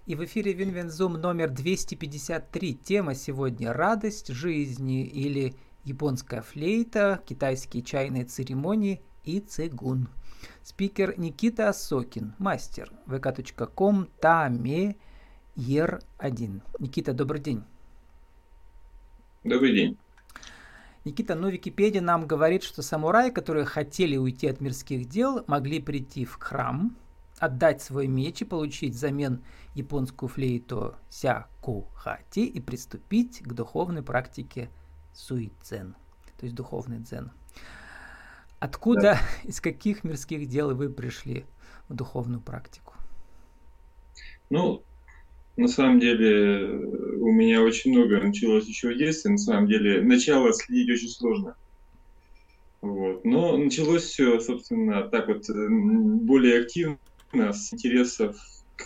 И в эфире Винвинзум номер 253. Тема сегодня «Радость жизни» или «Японская флейта», «Китайские чайные церемонии» и «Цигун». Спикер Никита Осокин, мастер, vk.com, Тамеер 1. Никита, добрый день. Добрый день. Никита, Википедия нам говорит, что самураи, которые хотели уйти от мирских дел, могли прийти в храм, отдать свой меч и получить взамен японскую флейту сякухати и приступить к духовной практике суицен, то есть духовный дзен. Откуда, из каких мирских дел вы пришли в духовную практику? На самом деле, у меня очень много началось еще в детстве. На самом деле, начало следить очень сложно. Но началось все, собственно, так вот, более активно, с интересов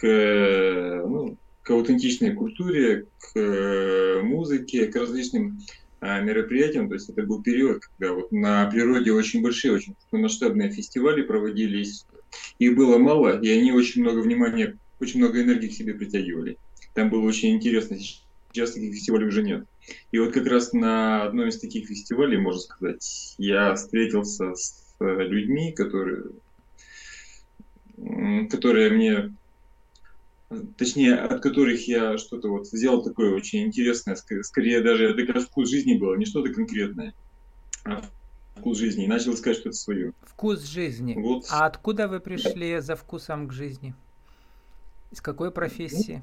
к аутентичной культуре, к музыке, к различным мероприятиям. То есть это был период, когда вот на природе очень большие, очень масштабные фестивали проводились. Их было мало, и они очень много внимания, очень много энергии к себе притягивали. Там было очень интересно. Сейчас таких фестивалей уже нет. И вот как раз на одном из таких фестивалей, можно сказать, я встретился с людьми, которые мне, точнее, от которых я что-то вот взял такое очень интересное, скорее даже это как вкус жизни было, не что-то конкретное, а вкус жизни, и начал искать что-то свое. Вкус жизни. Вот. А откуда вы пришли за вкусом к жизни? Из какой профессии?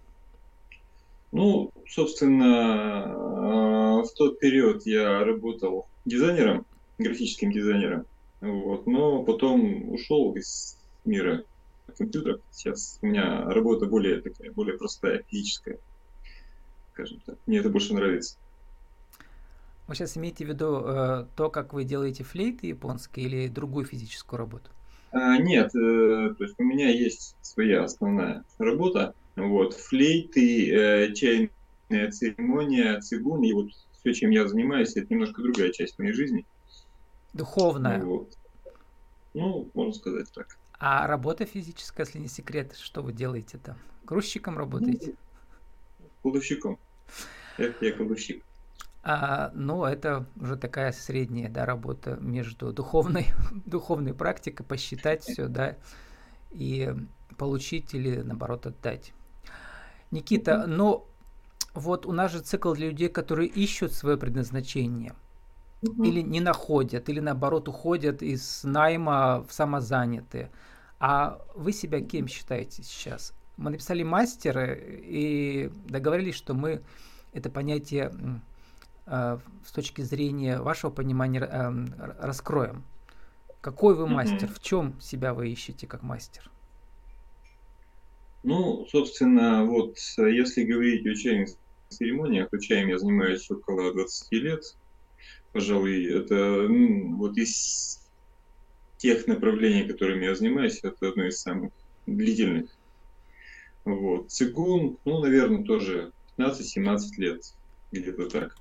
Собственно, в тот период я работал дизайнером, графическим дизайнером, но потом ушел из мира компьютеров. Сейчас у меня работа более простая, физическая, скажем так. Мне это больше нравится. Вы сейчас имеете в виду то, как вы делаете флейты японские или другую физическую работу? Нет, то есть у меня есть своя основная работа. Флейты, чайная церемония, цигун, и вот все, чем я занимаюсь, это немножко другая часть моей жизни. Духовная. Можно сказать так. А работа физическая, если не секрет, что вы делаете там? Грузчиком работаете? Кладовщиком. Я кладовщик. Это уже такая средняя, работа между духовной практикой, посчитать все, и получить или, наоборот, отдать. Никита, вот у нас же цикл для людей, которые ищут свое предназначение, или не находят, или, наоборот, уходят из найма в самозанятые. А вы себя кем считаете сейчас? Мы написали мастера и договорились, что мы это понятие с точки зрения вашего понимания раскроем. Какой вы мастер? В чем себя вы ищете как мастер? Собственно, если говорить о чайных церемониях, то чаем я занимаюсь около 20 лет. Пожалуй, это из тех направлений, которыми я занимаюсь, это одно из самых длительных. Цигун, наверное, тоже 15-17 лет, где-то так.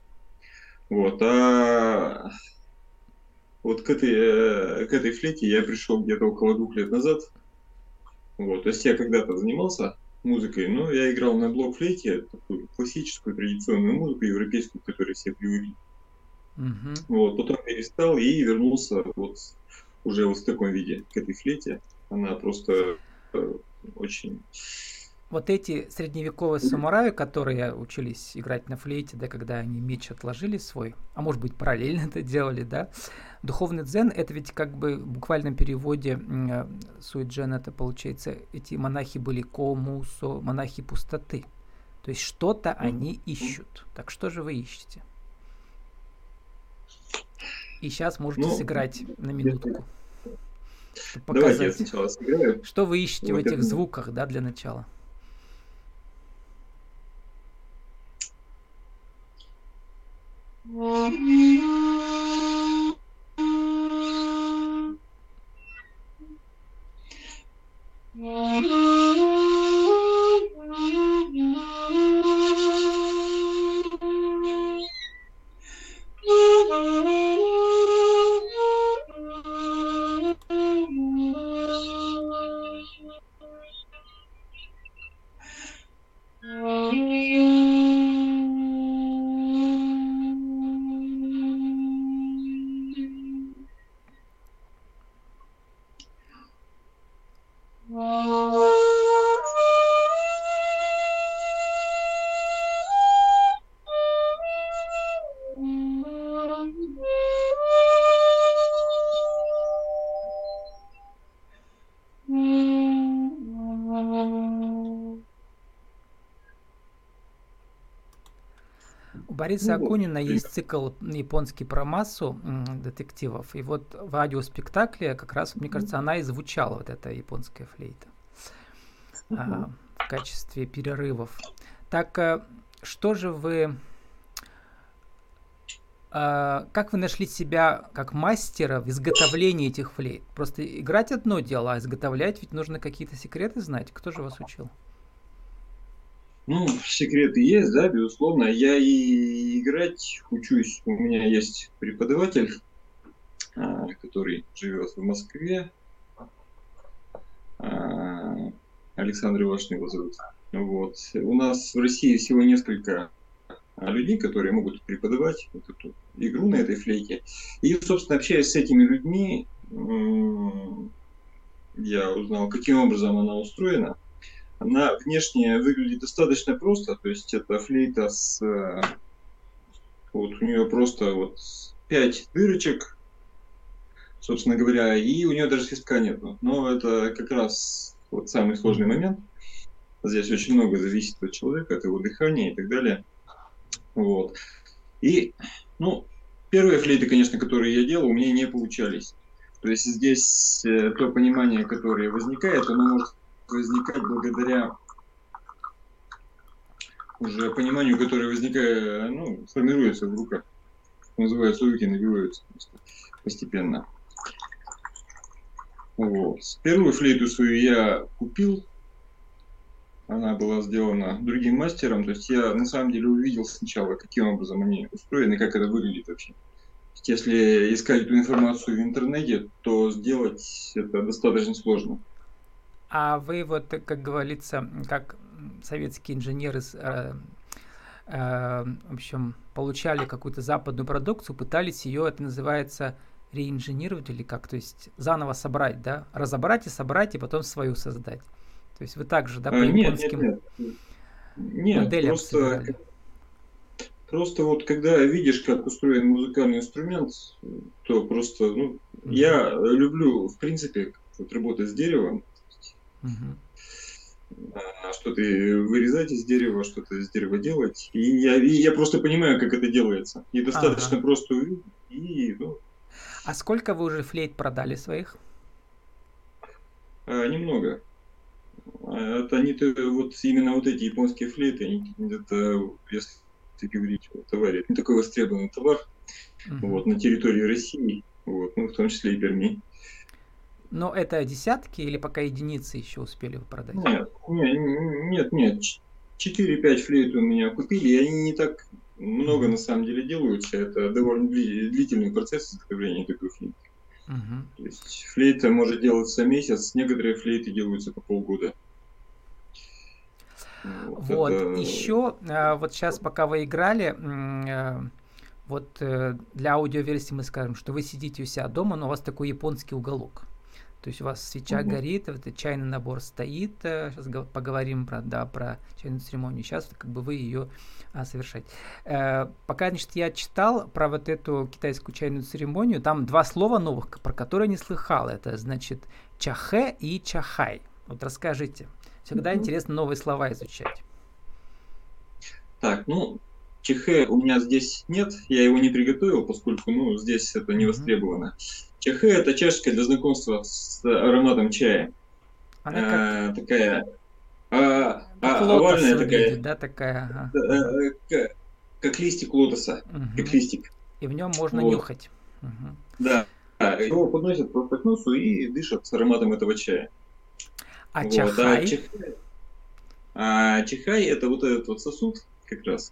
К этой флейте я пришел где-то около 2 лет назад. То есть я когда-то занимался музыкой, но я играл на блок-флейте, такую классическую традиционную музыку европейскую, к которой все привыкли. Потом перестал и вернулся уже в таком виде к этой флейте. Она просто очень... Вот эти средневековые самураи, которые учились играть на флейте, когда они меч отложили свой, а может быть параллельно это делали, духовный дзен, это ведь как бы в буквальном переводе суиджен, это получается, эти монахи были комусо, монахи пустоты. То есть что-то они ищут. Так что же вы ищете? И сейчас можете сыграть на минутку. Чтобы показать, давайте я сначала сыграю. Что вы ищете в этих звуках, для начала? Бориса Ну вот. Акунина есть цикл японский про массу детективов. И вот в аудиоспектакле как раз, мне кажется, она и звучала, вот эта японская флейта, в качестве перерывов. Так, что же вы... как вы нашли себя как мастера в изготовлении этих флейт? Просто играть одно дело, а изготовлять ведь нужно какие-то секреты знать. Кто же вас учил? Ну, секреты есть, да, безусловно. Я и играть учусь. У меня есть преподаватель, который живет в Москве. Александр Ивашин его зовут. Вот. У нас в России всего несколько людей, которые могут преподавать вот эту игру на этой флейте. И, собственно, общаясь с этими людьми, я узнал, каким образом она устроена. Она внешне выглядит достаточно просто, то есть это флейта с... Вот у нее просто вот 5 дырочек, собственно говоря, и у нее даже свистка нету. Но это как раз вот самый сложный момент. Здесь очень много зависит от человека, от его дыхания и так далее. Вот. И, ну, первые флейты, конечно, которые я делал, у меня не получались. То есть здесь то понимание, которое возникает, оно может возникать благодаря уже пониманию, которое возникает, ну, формируется в руках. Называется, руки набиваются постепенно. Вот. Первую флейту свою я купил. Она была сделана другим мастером. То есть я на самом деле увидел сначала, каким образом они устроены, как это выглядит вообще. То есть если искать эту информацию в интернете, то сделать это достаточно сложно. А вы вот, как говорится, как советские инженеры, в общем, получали какую-то западную продукцию, пытались ее, это называется, реинженировать или как, то есть заново собрать, да, разобрать и собрать, и потом свою создать. То есть вы также, да, по Нет, японским нет, моделям собирали. просто вот когда видишь, как устроен музыкальный инструмент, то просто, ну, я люблю, в принципе, вот работать с деревом, что-то вырезать из дерева, что-то из дерева делать. И я просто понимаю, как это делается. И достаточно просто увидеть. И, ну, А сколько вы уже флейт продали своих? немного. Это не вот именно вот эти японские флейты, это, если говорить о товаре, это не такой востребованный товар вот, на территории России, вот, ну, в том числе и Перми. Но это десятки или пока единицы еще успели вы продать? Нет. 4-5 флейт у меня купили, и они не так много на самом деле делаются. Это довольно длительный процесс изготовления такой флейты. То есть флейта может делаться месяц, некоторые флейты делаются по полгода. Вот, еще, вот сейчас, пока вы играли, вот для аудиоверсии мы скажем, что вы сидите у себя дома, но у вас такой японский уголок. То есть у вас свеча горит, вот чайный набор стоит. Сейчас поговорим про чайную церемонию. Сейчас как бы вы ее совершаете. Пока, значит, я читал про вот эту китайскую чайную церемонию, там два слова новых, про которые не слыхал. Это, значит, чахэ и чахай. Вот расскажите. Всегда интересно новые слова изучать. Так, ну, чахэ у меня здесь нет, я его не приготовил, поскольку, ну, здесь это не востребовано. Чахэ – это чашечка для знакомства с ароматом чая. Она такая овальная такая, да, такая. как листик лотоса, как листик. И в нем можно нюхать. Да, его подносят просто к носу и дышат с ароматом этого чая. А чахай? Чахай – это вот этот вот сосуд как раз.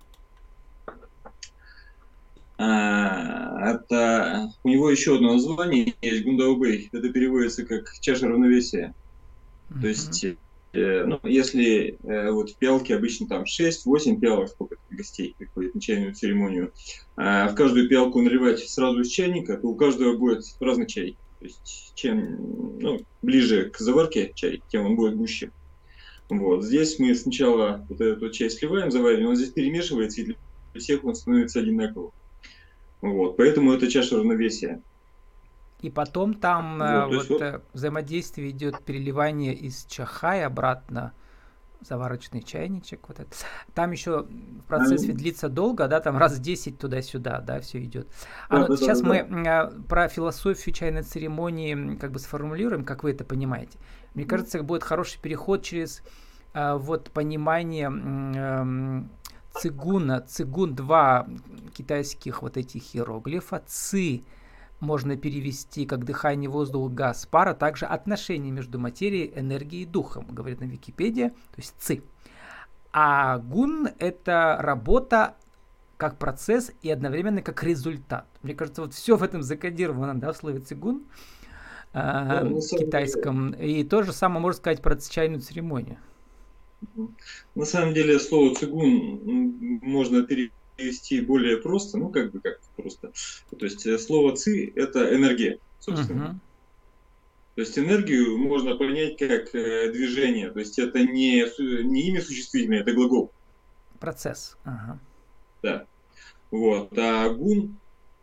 Это у него еще одно название есть, гундаобэй. Это переводится как чаша равновесия. То есть, ну, если вот в пиалке обычно там 6-8 пиалок, сколько гостей приходит на чайную церемонию, в каждую пиалку наливать сразу из чайника, то у каждого будет разный чай. То есть, чем ближе к заварке чай, тем он будет гуще. Вот. Здесь мы сначала вот этот вот чай сливаем, завариваем, он здесь перемешивается, и для всех он становится одинаковым. Вот, поэтому это чаша равновесия. И потом там взаимодействие идет, переливание из чахай обратно заварочный чайничек, вот это. Там еще процесс ведь длится долго, да, там раз 10 туда-сюда, да, все идет. Да, Ну, да, да, сейчас да, мы да. про философию чайной церемонии как бы сформулируем, как вы это понимаете. Мне кажется, будет хороший переход через вот понимание цигуна. Цигун, два китайских вот этих иероглифа. Ци можно перевести как дыхание, воздух, газ, пара, также отношение между материей, энергией и духом, говорит на Википедия, то есть ци. А гун – это работа как процесс и одновременно как результат. Мне кажется, вот все в этом закодировано, да, в слове цигун Ну, на самом деле, китайском. И то же самое можно сказать про чайную церемонию. на самом деле слово цигун можно перевести более просто, ну как бы как просто. То есть слово ци это энергия, собственно. Угу. То есть энергию можно понять как движение. То есть это не имя существительное, это глагол. Процесс. Ага. Да. Вот. А гун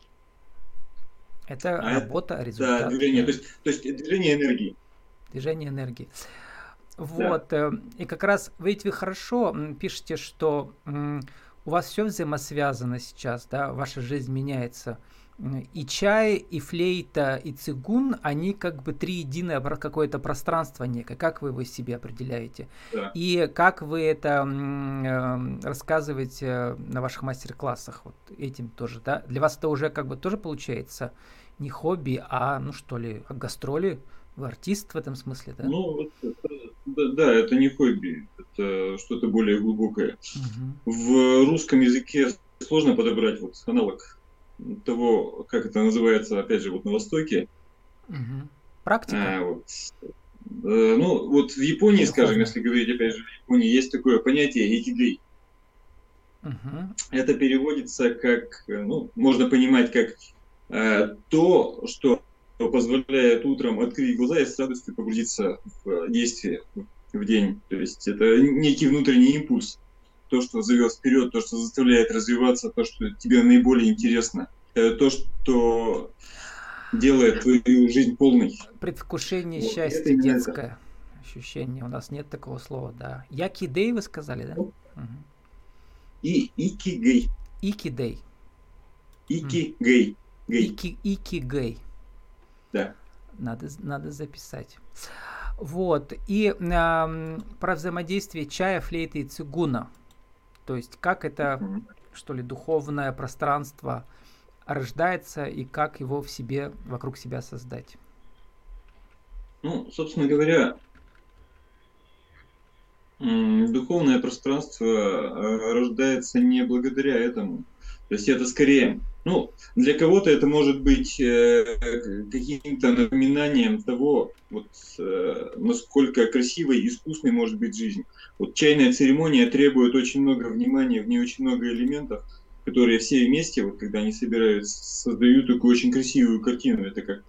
Это работа, это результат, движение. да. То есть движение энергии. Движение энергии. Да. Вот. И как раз вы хорошо пишете, что у вас все взаимосвязано сейчас, да, ваша жизнь меняется. И чай, и флейта, и цигун, они как бы три единое какое-то пространство некое. Как вы его себе определяете? Да. И как вы это рассказываете на ваших мастер-классах? Вот этим тоже, да? Для вас это уже как бы тоже получается не хобби, а, ну что ли, гастроли? Вы артист в этом смысле, да? Ну, да, это не хобби, это что-то более глубокое. Угу. В русском языке сложно подобрать вот аналог того, как это называется, опять же, вот на Востоке. Угу. Практика Вот. Ну, вот в Японии, скажем, духовная. если говорить, опять же, в Японии есть такое понятие икигей. Угу. Это переводится как, ну, можно понимать как то, что позволяет утром открыть глаза и с радостью погрузиться в действие в день. То есть это некий внутренний импульс, то, что зовет вперед, то, что заставляет развиваться, то, что тебе наиболее интересно, то, что делает твою жизнь полной. Предвкушение Вот. И это счастья именно это. детское ощущение. У нас нет такого слова, да. Якидей вы сказали, да? Ну, Угу. и икигей. Икидей. Икигей. Гей. Икигей. Да. Надо записать. Вот. И про взаимодействие чая, флейты и цигуна. То есть как это, что ли, духовное пространство рождается и как его в себе, вокруг себя создать. Ну, собственно говоря, духовное пространство рождается не благодаря этому. То есть это скорее, ну, для кого-то это может быть каким-то напоминанием того, вот, насколько красивой и искусной может быть жизнь. Вот чайная церемония требует очень много внимания, в ней очень много элементов, которые все вместе, вот когда они собираются, создают такую очень красивую картину. Это как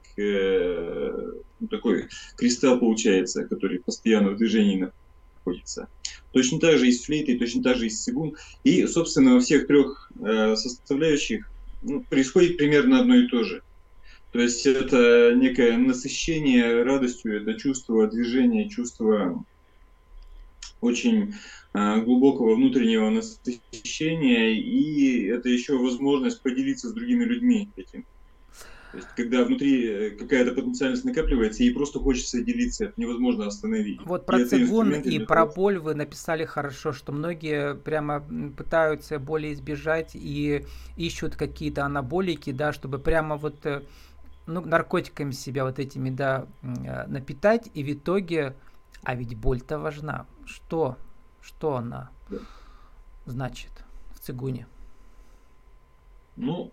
такой кристалл получается, который постоянно в движении находится. Точно так же и с флейтой, точно так же и с цигун. И, собственно, во всех трех составляющих происходит примерно одно и то же. То есть это некое насыщение радостью, это чувство движения, чувство очень глубокого внутреннего насыщения, и это еще возможность поделиться с другими людьми этим. То есть, когда внутри какая-то потенциальность накапливается, и просто хочется делиться, это невозможно остановить. Вот И про это цигун инструменты и для про того, боль вы написали хорошо, что многие прямо пытаются боли избежать и ищут какие-то анаболики, да, чтобы прямо вот ну, наркотиками себя вот этими, да, напитать, и в итоге, а ведь боль-то важна. Что она да. значит в цигуне? Ну,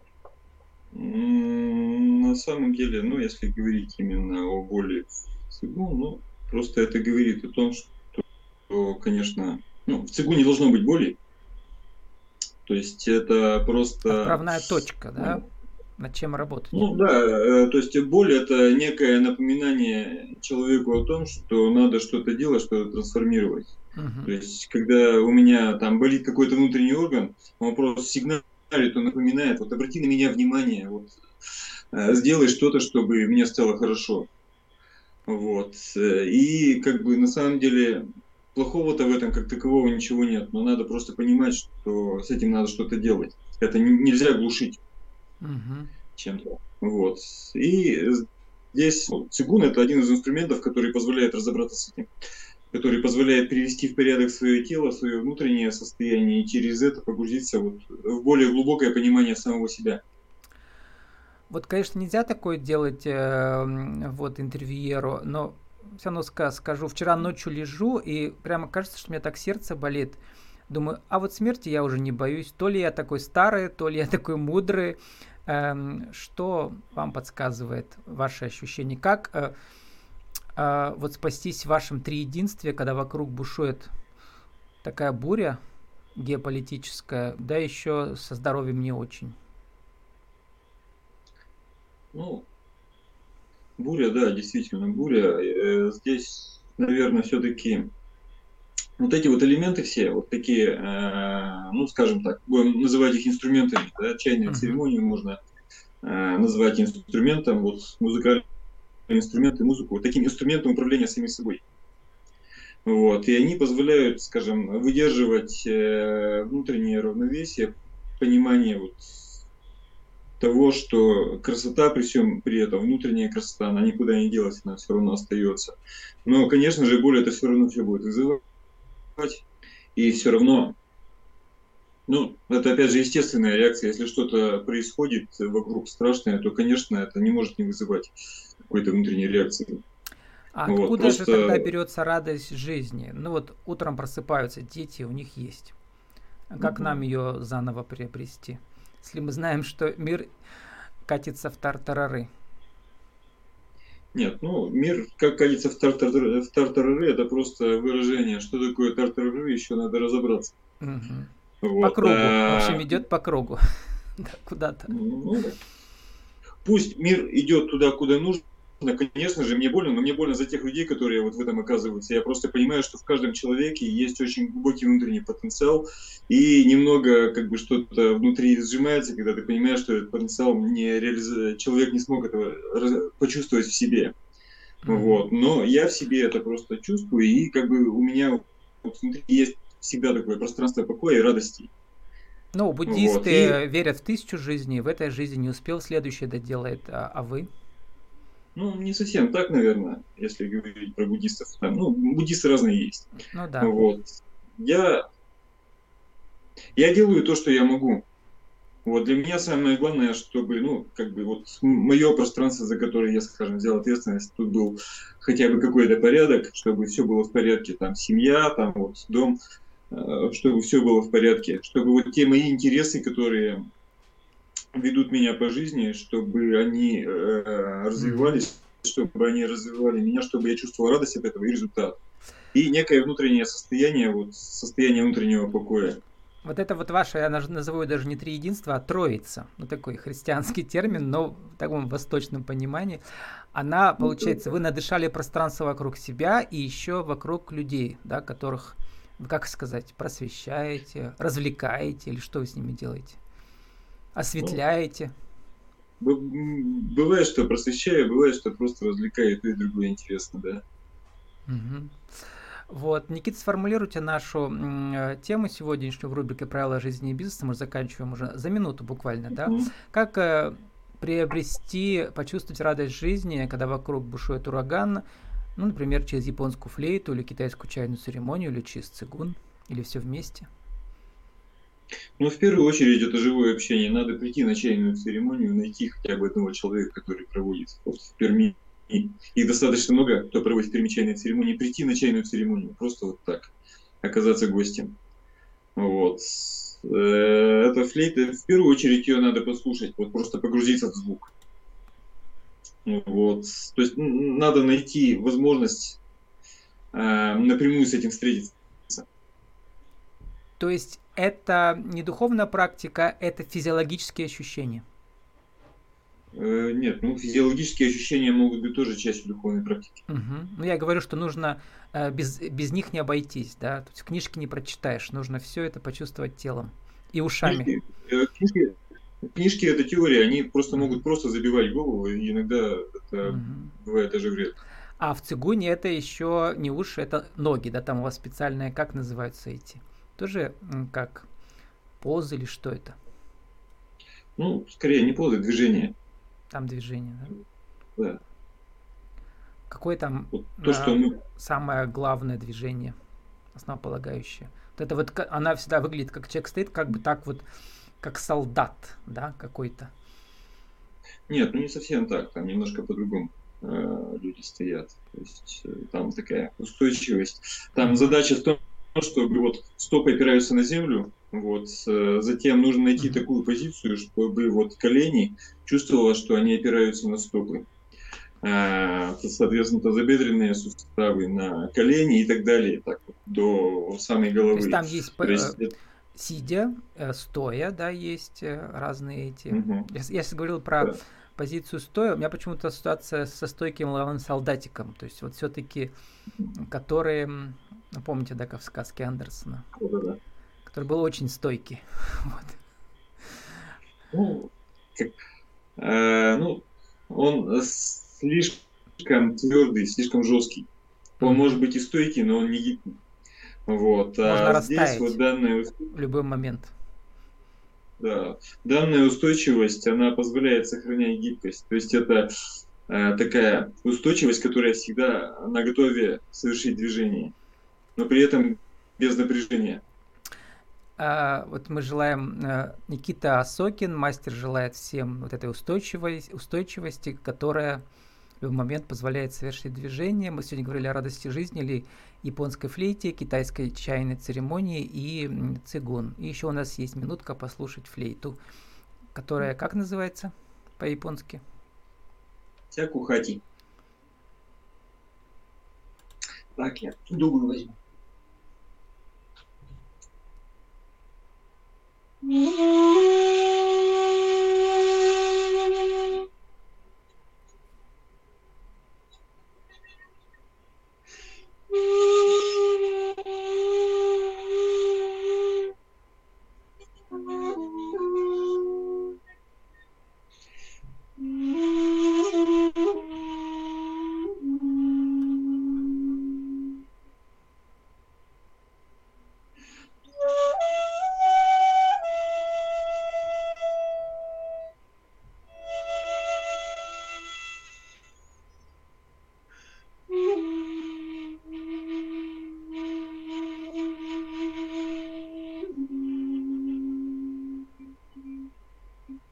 на самом деле, ну, если говорить именно о боли в цигун, ну, просто это говорит о том, что, конечно, ну, в цигуне не должно быть боли. То есть это просто... Отправная точка, да? Над чем работать? Ну да, то есть боль это некое напоминание человеку о том, что надо что-то делать, что-то трансформировать. Угу. То есть когда у меня там болит какой-то внутренний орган, он просто сигналит, он напоминает, вот обрати на меня внимание, вот, сделай что-то, чтобы мне стало хорошо. Вот. И как бы на самом деле плохого-то в этом как такового ничего нет, но надо просто понимать, что с этим надо что-то делать. Это нельзя глушить Мгм. чем-то. Вот. И здесь цигун это один из инструментов, который позволяет разобраться с этим, который позволяет привести в порядок свое тело, свое внутреннее состояние и через это погрузиться вот в более глубокое понимание самого себя. Вот, конечно, нельзя такое делать вот интервьюеру, но все равно скажу, вчера ночью лежу, и прямо кажется, что у меня так сердце болит. Думаю, а вот смерти я уже не боюсь. То ли я такой старый, то ли я такой мудрый. Что вам подсказывает ваше ощущение? Как вот спастись в вашем триединстве, когда вокруг бушует такая буря геополитическая, да еще со здоровьем не очень? Ну, буря, да, действительно, буря. Здесь, наверное, все-таки вот эти вот элементы все, вот такие, ну, скажем так, будем называть их инструментами, да, чайную Мгм. церемонию можно называть инструментом, вот музыкальные инструменты, музыку, вот таким инструментом управления самим собой. Вот, и они позволяют, скажем, выдерживать внутреннее равновесие, понимание вот того, что красота при всем при этом, внутренняя красота, она никуда не делась, она все равно остается. Но, конечно же, боль это все равно все будет вызывать, и все равно, ну, это опять же естественная реакция. Если что-то происходит вокруг страшное, то, конечно, это не может не вызывать какой-то внутренней реакции. А Вот, откуда же тогда просто, берется радость жизни? Ну вот утром просыпаются дети, у них есть. А как нам мгм. ее заново приобрести? Если мы знаем, что мир катится в тартарары. Нет, ну, мир, как катится в тартарары, это просто выражение, что такое тартарары, еще надо разобраться. Мгм. По Вот, кругу. В общем, идет по кругу. Да, куда-то. ну, пусть мир идет туда, куда нужно. Конечно же, мне больно, но мне больно за тех людей, которые вот в этом оказываются. Я просто понимаю, что в каждом человеке есть очень глубокий внутренний потенциал, и немного как бы что-то внутри сжимается, когда ты понимаешь, что этот потенциал человек не смог этого почувствовать в себе. Мгм. Вот. Но я в себе это просто чувствую, и как бы у меня вот внутри есть всегда такое пространство покоя и радости. Ну, Вот. И буддисты верят в 1000 жизней, в этой жизни не успел, следующее доделает, а вы? ну, не совсем так, наверное, если говорить про буддистов. Там, ну, буддисты разные есть. Ну да. Вот. Я, я делаю то, что я могу. Вот для меня самое главное, чтобы, ну, как бы вот мое пространство, за которое я, скажем, взял ответственность, тут был хотя бы какой-то порядок, чтобы все было в порядке, там семья, там вот дом, чтобы все было в порядке, чтобы вот те мои интересы, которые ведут меня по жизни, чтобы они Мгм. развивались, чтобы они развивали меня, чтобы я чувствовал радость от этого и результат. И некое внутреннее состояние, вот состояние внутреннего покоя. Вот это вот ваше, я назову даже не триединство, а троица. Ну, такой христианский термин, но в таком восточном понимании. Она, Ну, получается, вы надышали пространство вокруг себя и еще вокруг людей, да, которых, вы, как сказать, просвещаете, развлекаете, или что вы с ними делаете? ну, Осветляете. бывает, что просвещаю, бывает, что просто развлекаю, и то, и другое интересно, да. Мгм. Вот, Никита, сформулируйте нашу тему сегодняшнюю в рубрике «Правила жизни и бизнеса». Мы заканчиваем уже за минуту буквально, да? Мгм. Как приобрести, почувствовать радость жизни, когда вокруг бушует ураган, ну, например, через японскую флейту или китайскую чайную церемонию, или через цигун, или все вместе? Но в первую очередь это живое общение. Надо прийти на чайную церемонию, найти хотя бы одного человека, который проводит вот в Перми. Их достаточно много, кто проводит в Перми чайные церемонии. Прийти на чайную церемонию, просто вот так, оказаться гостем. Вот. Это флейта, в первую очередь ее надо послушать, вот просто погрузиться в звук. Вот. То есть надо найти возможность напрямую с этим встретиться. То есть это не духовная практика, это физиологические ощущения. Нет, ну физиологические ощущения могут быть тоже частью духовной практики. Мгм. Ну, я говорю, что нужно без них не обойтись, да, то есть книжки не прочитаешь, нужно все это почувствовать телом и ушами. Книжки, книжки это теория, они просто могут Мгм. просто забивать голову, и иногда это Мгм. бывает даже вредно. А в цигуне это еще не уши, это ноги, да, там у вас специальные, как называются эти? Тоже как позы или что это? Ну, скорее не позы, движение. Там движение, да? Да. Какое там Вот то, что мы... самое главное движение, основополагающее? Вот это вот, она всегда выглядит, как человек стоит, как бы так вот, как солдат, да, какой-то. Нет, ну не совсем так, там немножко по-другому люди стоят. То есть там такая устойчивость. Там задача в том, чтобы вот стопы опираются на землю, вот, затем нужно найти такую позицию, чтобы вот колени чувствовало, что они опираются на стопы. Соответственно, тазобедренные суставы на колени и так далее, так вот, до самой головы. То есть там есть сидя, стоя, да, есть разные эти. Я сейчас говорил про позицию стоя, у меня почему-то ситуация со стойким лавым солдатиком, то есть вот все-таки, которые, помните, да, как в сказке Андерсона, который был очень стойкий. Вот. Ну, он слишком твердый, слишком жесткий. Он может быть и стойкий, но он не гибкий. Вот. Можно растаять здесь вот данная... в любой момент. Да. Данная устойчивость, она позволяет сохранять гибкость. То есть это такая устойчивость, которая всегда наготове совершить движение, но при этом без напряжения. Вот мы желаем, Никита Осокин, мастер, желает всем вот этой устойчивости, которая в любой момент позволяет совершить движение. Мы сегодня говорили о радости жизни или японской флейте, китайской чайной церемонии и цигун. И еще у нас есть минутка послушать флейту, которая как называется по-японски? Сякухати. Так, я другую возьму.